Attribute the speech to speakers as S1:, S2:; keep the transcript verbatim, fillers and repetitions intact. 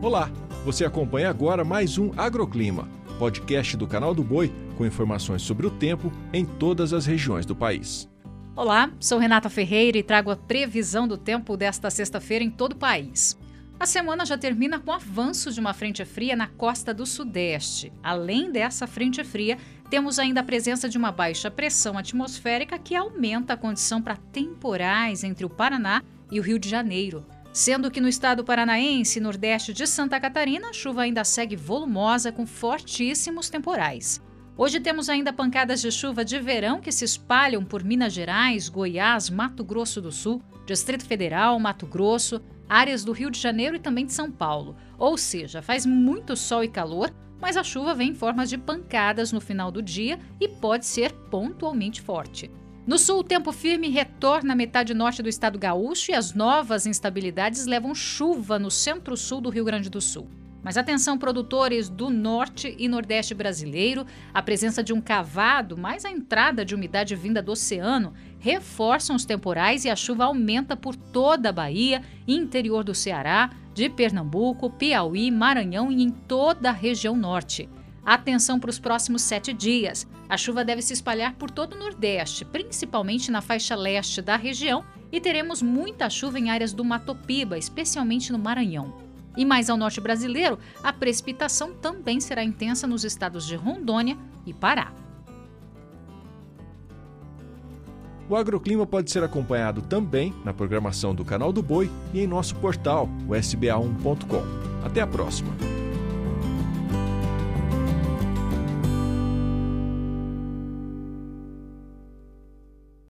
S1: Olá, você acompanha agora mais um Agroclima, podcast do Canal do Boi com informações sobre o tempo em todas as regiões do país.
S2: Olá, sou Renata Ferreira e trago a previsão do tempo desta sexta-feira em todo o país. A semana já termina com o avanço de uma frente fria na costa do sudeste. Além dessa frente fria, temos ainda a presença de uma baixa pressão atmosférica que aumenta a condição para temporais entre o Paraná e o Rio de Janeiro. Sendo que no estado paranaense e nordeste de Santa Catarina, a chuva ainda segue volumosa com fortíssimos temporais. Hoje temos ainda pancadas de chuva de verão que se espalham por Minas Gerais, Goiás, Mato Grosso do Sul, Distrito Federal, Mato Grosso, áreas do Rio de Janeiro e também de São Paulo. Ou seja, faz muito sol e calor, mas a chuva vem em formas de pancadas no final do dia e pode ser pontualmente forte. No sul, o tempo firme retorna à metade norte do estado gaúcho e as novas instabilidades levam chuva no centro-sul do Rio Grande do Sul. Mas atenção, produtores do norte e nordeste brasileiro, a presença de um cavado, mais a entrada de umidade vinda do oceano, reforçam os temporais e a chuva aumenta por toda a Bahia, interior do Ceará, de Pernambuco, Piauí, Maranhão e em toda a região norte. Atenção para os próximos sete dias. A chuva deve se espalhar por todo o Nordeste, principalmente na faixa leste da região, e teremos muita chuva em áreas do Mato Piba, especialmente no Maranhão. E mais ao norte brasileiro, a precipitação também será intensa nos estados de Rondônia e Pará.
S1: O Agroclima pode ser acompanhado também na programação do Canal do Boi e em nosso portal, o S B A um ponto com. Até a próxima!